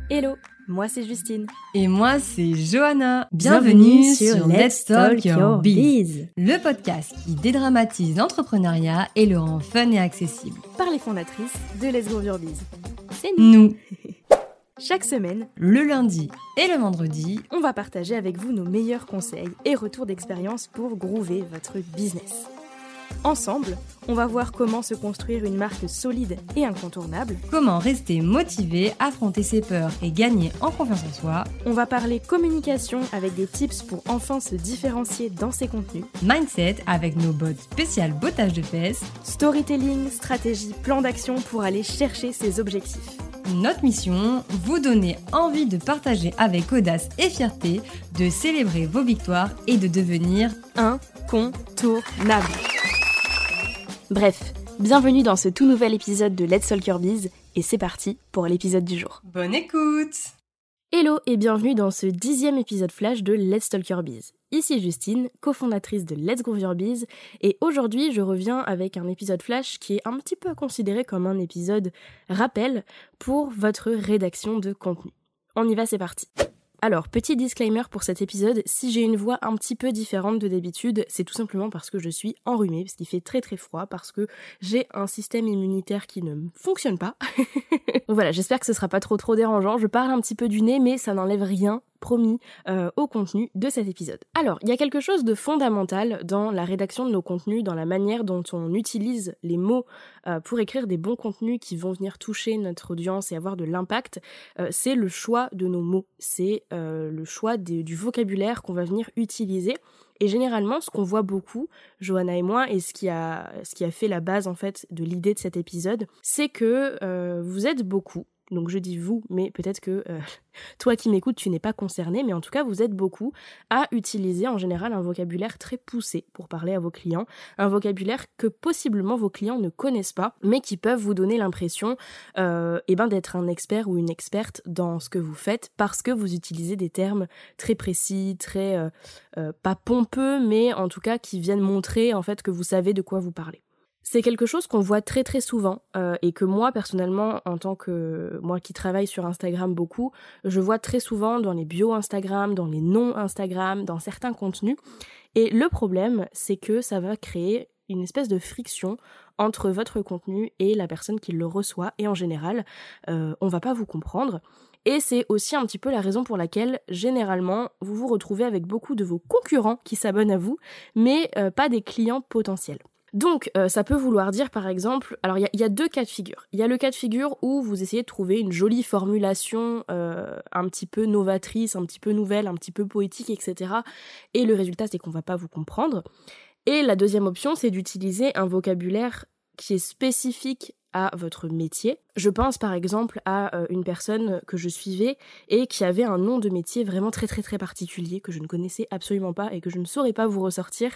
Hello, moi c'est Justine. Et moi c'est Johanna. Bienvenue sur Let's Talk Your Biz, le podcast qui dédramatise l'entrepreneuriat et le rend fun et accessible. Par les fondatrices de Let's Grow Your Biz. C'est nous. Chaque semaine, le lundi et le vendredi, on va partager avec vous nos meilleurs conseils et retours d'expérience pour groover votre business. Ensemble, on va voir comment se construire une marque solide et incontournable. Comment rester motivé, affronter ses peurs et gagner en confiance en soi. On va parler communication avec des tips pour enfin se différencier dans ses contenus. Mindset avec nos bots spéciales bottage de fesses. Storytelling, stratégie, plan d'action pour aller chercher ses objectifs. Notre mission, vous donner envie de partager avec audace et fierté, de célébrer vos victoires et de devenir incontournable. Bref, bienvenue dans ce tout nouvel épisode de Let's Talk Your Biz et c'est parti pour l'épisode du jour. Bonne écoute! Hello et bienvenue dans ce 10e épisode flash de Let's Talk Your Biz. Ici Justine, cofondatrice de Let's Grow Your Biz, et aujourd'hui je reviens avec un épisode flash qui est un petit peu considéré comme un épisode rappel pour votre rédaction de contenu. On y va, c'est parti. Alors, petit disclaimer pour cet épisode, si j'ai une voix un petit peu différente de d'habitude, c'est tout simplement parce que je suis enrhumée, parce qu'il fait très très froid, parce que j'ai un système immunitaire qui ne fonctionne pas. Donc voilà, j'espère que ce sera pas trop dérangeant, je parle un petit peu du nez, mais ça n'enlève rien, promis, au contenu de cet épisode. Alors, il y a quelque chose de fondamental dans la rédaction de nos contenus, dans la manière dont on utilise les mots pour écrire des bons contenus qui vont venir toucher notre audience et avoir de l'impact, c'est le choix de nos mots, c'est le choix du vocabulaire qu'on va venir utiliser. Et généralement, ce qu'on voit beaucoup, Johanna et moi, et ce qui a fait la base en fait de l'idée de cet épisode, c'est que vous êtes beaucoup. Donc je dis vous, mais peut-être que toi qui m'écoutes, tu n'es pas concerné, mais en tout cas, vous êtes beaucoup à utiliser en général un vocabulaire très poussé pour parler à vos clients, un vocabulaire que possiblement vos clients ne connaissent pas, mais qui peuvent vous donner l'impression d'être un expert ou une experte dans ce que vous faites, parce que vous utilisez des termes très précis, très pas pompeux, mais en tout cas qui viennent montrer en fait que vous savez de quoi vous parlez. C'est quelque chose qu'on voit très très souvent et que moi personnellement, en tant que moi qui travaille sur Instagram beaucoup, je vois très souvent dans les bios Instagram, dans les noms Instagram, dans certains contenus. Et le problème, c'est que ça va créer une espèce de friction entre votre contenu et la personne qui le reçoit. Et en général, on va pas vous comprendre. Et c'est aussi un petit peu la raison pour laquelle, généralement, vous vous retrouvez avec beaucoup de vos concurrents qui s'abonnent à vous, mais pas des clients potentiels. Donc, ça peut vouloir dire, par exemple, alors il y a deux cas de figure. Il y a le cas de figure où vous essayez de trouver une jolie formulation un petit peu novatrice, un petit peu nouvelle, un petit peu poétique, etc. Et le résultat, c'est qu'on va pas vous comprendre. Et la deuxième option, c'est d'utiliser un vocabulaire qui est spécifique à votre métier. Je pense par exemple à une personne que je suivais et qui avait un nom de métier vraiment très très très particulier que je ne connaissais absolument pas et que je ne saurais pas vous ressortir.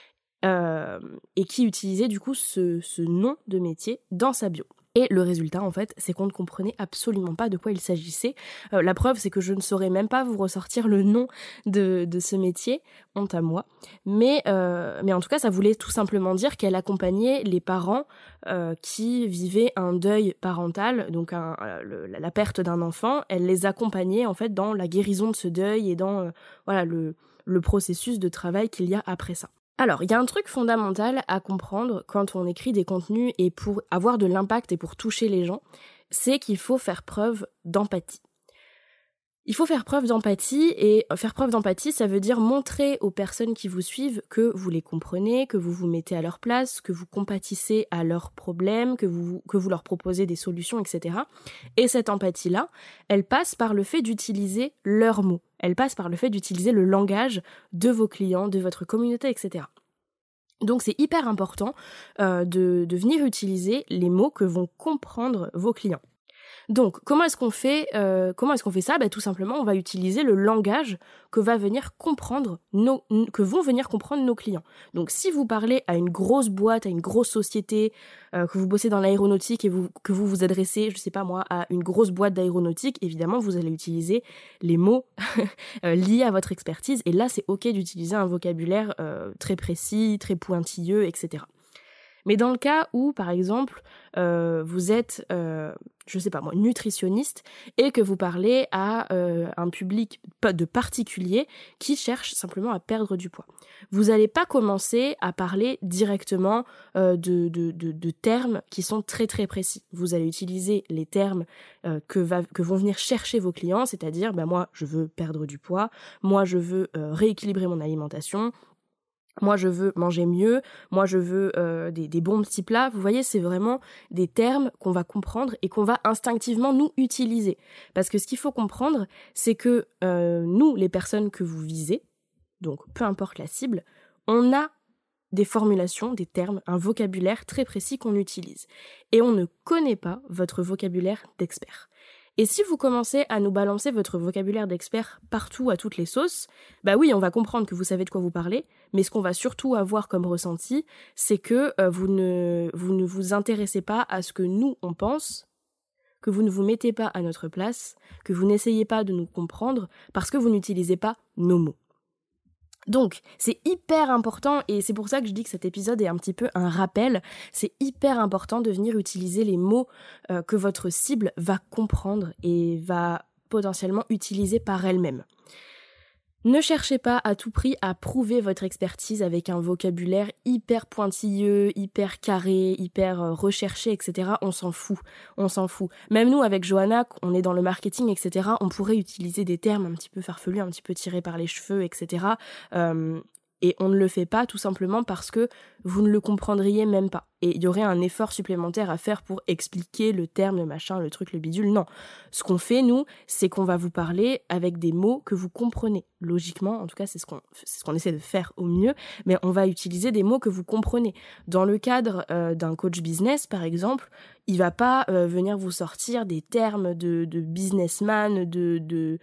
Et qui utilisait du coup ce nom de métier dans sa bio. Et le résultat, en fait, c'est qu'on ne comprenait absolument pas de quoi il s'agissait. La preuve, c'est que je ne saurais même pas vous ressortir le nom de ce métier, honte à moi. Mais en tout cas, ça voulait tout simplement dire qu'elle accompagnait les parents qui vivaient un deuil parental, donc la perte d'un enfant. Elle les accompagnait en fait dans la guérison de ce deuil et dans le processus de travail qu'il y a après ça. Alors, il y a un truc fondamental à comprendre quand on écrit des contenus et pour avoir de l'impact et pour toucher les gens, c'est qu'il faut faire preuve d'empathie. Il faut faire preuve d'empathie et faire preuve d'empathie, ça veut dire montrer aux personnes qui vous suivent que vous les comprenez, que vous vous mettez à leur place, que vous compatissez à leurs problèmes, que vous leur proposez des solutions, etc. Et cette empathie-là, elle passe par le fait d'utiliser leurs mots. Elle passe par le fait d'utiliser le langage de vos clients, de votre communauté, etc. Donc c'est hyper important de venir utiliser les mots que vont comprendre vos clients. Donc, comment est-ce qu'on fait ça ? Tout simplement, on va utiliser le langage que vont venir comprendre nos clients. Donc, si vous parlez à une grosse boîte, à une grosse société, que vous bossez dans l'aéronautique et que vous vous adressez, je sais pas moi, à une grosse boîte d'aéronautique, évidemment, vous allez utiliser les mots liés à votre expertise. Et là, c'est ok d'utiliser un vocabulaire très précis, très pointilleux, etc. Mais dans le cas où, par exemple, vous êtes, je sais pas moi, nutritionniste et que vous parlez à un public de particuliers qui cherchent simplement à perdre du poids, vous n'allez pas commencer à parler directement de termes qui sont très très précis. Vous allez utiliser les termes que vont venir chercher vos clients, c'est-à-dire moi je veux perdre du poids, moi je veux rééquilibrer mon alimentation, moi je veux manger mieux, moi je veux des bons petits plats. Vous voyez, c'est vraiment des termes qu'on va comprendre et qu'on va instinctivement nous utiliser. Parce que ce qu'il faut comprendre, c'est que nous, les personnes que vous visez, donc peu importe la cible, on a des formulations, des termes, un vocabulaire très précis qu'on utilise. Et on ne connaît pas votre vocabulaire d'expert. Et si vous commencez à nous balancer votre vocabulaire d'expert partout à toutes les sauces, oui, on va comprendre que vous savez de quoi vous parlez, mais ce qu'on va surtout avoir comme ressenti, c'est que vous ne vous intéressez pas à ce que nous, on pense, que vous ne vous mettez pas à notre place, que vous n'essayez pas de nous comprendre parce que vous n'utilisez pas nos mots. Donc, c'est hyper important, et c'est pour ça que je dis que cet épisode est un petit peu un rappel, c'est hyper important de venir utiliser les mots que votre cible va comprendre et va potentiellement utiliser par elle-même. Ne cherchez pas à tout prix à prouver votre expertise avec un vocabulaire hyper pointilleux, hyper carré, hyper recherché, etc. On s'en fout. Même nous, avec Johanna, on est dans le marketing, etc. On pourrait utiliser des termes un petit peu farfelus, un petit peu tirés par les cheveux, etc. Et on ne le fait pas tout simplement parce que vous ne le comprendriez même pas. Et il y aurait un effort supplémentaire à faire pour expliquer le terme, le machin, le truc, le bidule. Non. Ce qu'on fait, nous, c'est qu'on va vous parler avec des mots que vous comprenez. Logiquement, en tout cas, c'est ce qu'on essaie de faire au mieux, mais on va utiliser des mots que vous comprenez. Dans le cadre d'un coach business, par exemple, il va pas venir vous sortir des termes de businessman, de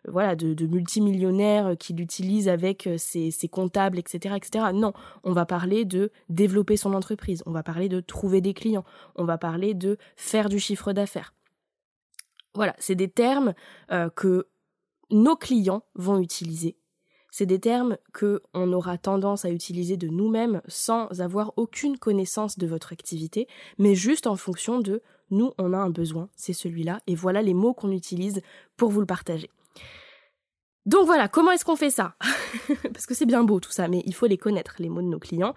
multimillionnaires qu'il utilise avec ses comptables, etc., etc. Non, on va parler de développer son entreprise, on va parler de trouver des clients, on va parler de faire du chiffre d'affaires. Voilà, c'est des termes que nos clients vont utiliser. C'est des termes qu'on aura tendance à utiliser de nous-mêmes sans avoir aucune connaissance de votre activité, mais juste en fonction de nous, on a un besoin, c'est celui-là, et voilà les mots qu'on utilise pour vous le partager. Donc voilà, comment est-ce qu'on fait ça ? Parce que c'est bien beau tout ça, mais il faut les connaître, les mots de nos clients.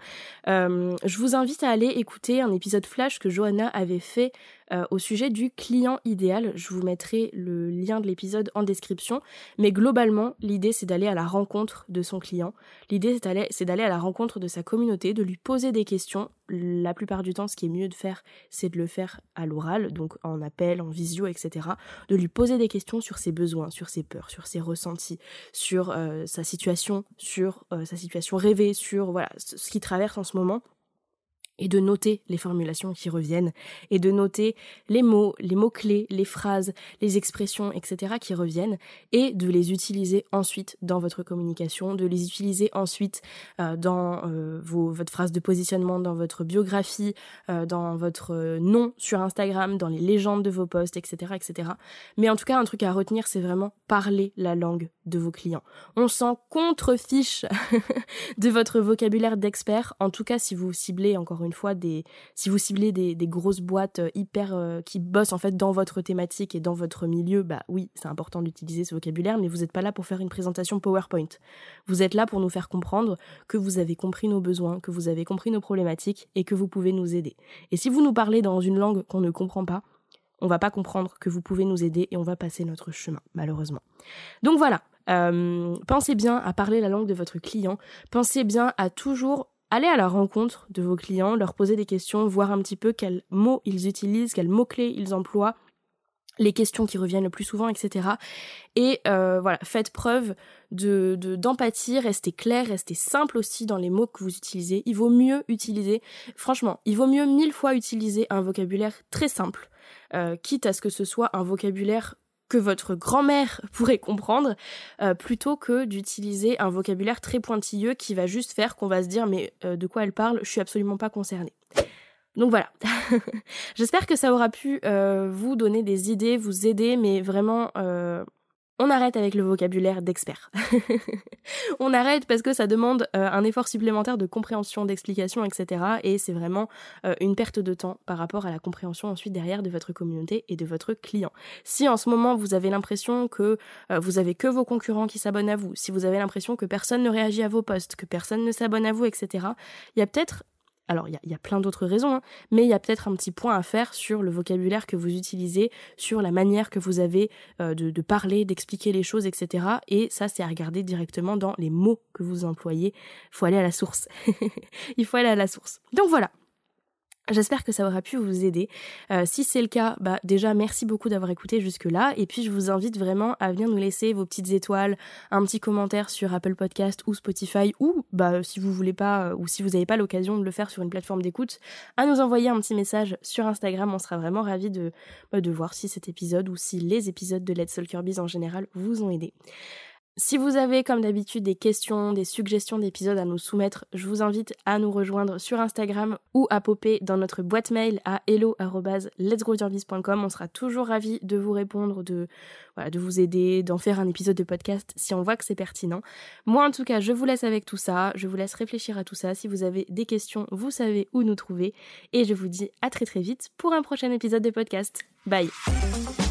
Je vous invite à aller écouter un épisode flash que Johanna avait fait au sujet du client idéal. Je vous mettrai le lien de l'épisode en description. Mais globalement, l'idée, c'est d'aller à la rencontre de son client. L'idée, c'est d'aller à la rencontre de sa communauté, de lui poser des questions. La plupart du temps, ce qui est mieux de faire, c'est de le faire à l'oral, donc en appel, en visio, etc. De lui poser des questions sur ses besoins, sur ses peurs, sur ses ressentis, sur sa situation rêvée, sur ce qu'il traverse en ce moment. Et de noter les formulations qui reviennent, et de noter les mots-clés, les phrases, les expressions, etc. qui reviennent, et de les utiliser ensuite dans votre communication, de les utiliser ensuite dans votre phrase de positionnement, dans votre biographie, dans votre nom sur Instagram, dans les légendes de vos posts, etc., etc. Mais en tout cas, un truc à retenir, c'est vraiment parler la langue de vos clients. On s'en contrefiche de votre vocabulaire d'expert, en tout cas si vous ciblez encore une fois des grosses boîtes hyper qui bossent en fait dans votre thématique et dans votre milieu, oui, c'est important d'utiliser ce vocabulaire, mais vous n'êtes pas là pour faire une présentation PowerPoint. Vous êtes là pour nous faire comprendre que vous avez compris nos besoins, que vous avez compris nos problématiques et que vous pouvez nous aider. Et si vous nous parlez dans une langue qu'on ne comprend pas, on va pas comprendre que vous pouvez nous aider et on va passer notre chemin, malheureusement. Donc voilà, pensez bien à parler la langue de votre client, pensez bien à toujours aller à la rencontre de vos clients, leur poser des questions, voir un petit peu quels mots ils utilisent, quels mots-clés ils emploient, les questions qui reviennent le plus souvent, etc. Et faites preuve d'empathie, restez clair, restez simple aussi dans les mots que vous utilisez. Il vaut mieux utiliser, franchement, il vaut mieux 1000 fois utiliser un vocabulaire très simple, quitte à ce que ce soit un vocabulaire que votre grand-mère pourrait comprendre, plutôt que d'utiliser un vocabulaire très pointilleux qui va juste faire qu'on va se dire mais de quoi elle parle, je suis absolument pas concernée. Donc voilà, j'espère que ça aura pu vous donner des idées, vous aider, mais vraiment on arrête avec le vocabulaire d'expert. On arrête parce que ça demande un effort supplémentaire de compréhension, d'explication, etc. Et c'est vraiment une perte de temps par rapport à la compréhension ensuite derrière de votre communauté et de votre client. Si en ce moment vous avez l'impression que vous avez que vos concurrents qui s'abonnent à vous, si vous avez l'impression que personne ne réagit à vos posts, que personne ne s'abonne à vous, etc., il y a peut-être... Alors, il y a plein d'autres raisons, hein, mais il y a peut-être un petit point à faire sur le vocabulaire que vous utilisez, sur la manière que vous avez de parler, d'expliquer les choses, etc. Et ça, c'est à regarder directement dans les mots que vous employez. Il faut aller à la source. Il faut aller à la source. Donc voilà. J'espère que ça aura pu vous aider. Si c'est le cas, déjà merci beaucoup d'avoir écouté jusque-là. Et puis je vous invite vraiment à venir nous laisser vos petites étoiles, un petit commentaire sur Apple Podcast ou Spotify, ou si vous voulez pas, ou si vous n'avez pas l'occasion de le faire sur une plateforme d'écoute, à nous envoyer un petit message sur Instagram. On sera vraiment ravis de voir si cet épisode ou si les épisodes de Let's Stalker Biz en général vous ont aidé. Si vous avez, comme d'habitude, des questions, des suggestions d'épisodes à nous soumettre, je vous invite à nous rejoindre sur Instagram ou à popper dans notre boîte mail à hello@letsgrowyourbiz.com. On sera toujours ravis de vous répondre, de vous aider, d'en faire un épisode de podcast si on voit que c'est pertinent. Moi, en tout cas, je vous laisse avec tout ça. Je vous laisse réfléchir à tout ça. Si vous avez des questions, vous savez où nous trouver. Et je vous dis à très très vite pour un prochain épisode de podcast. Bye!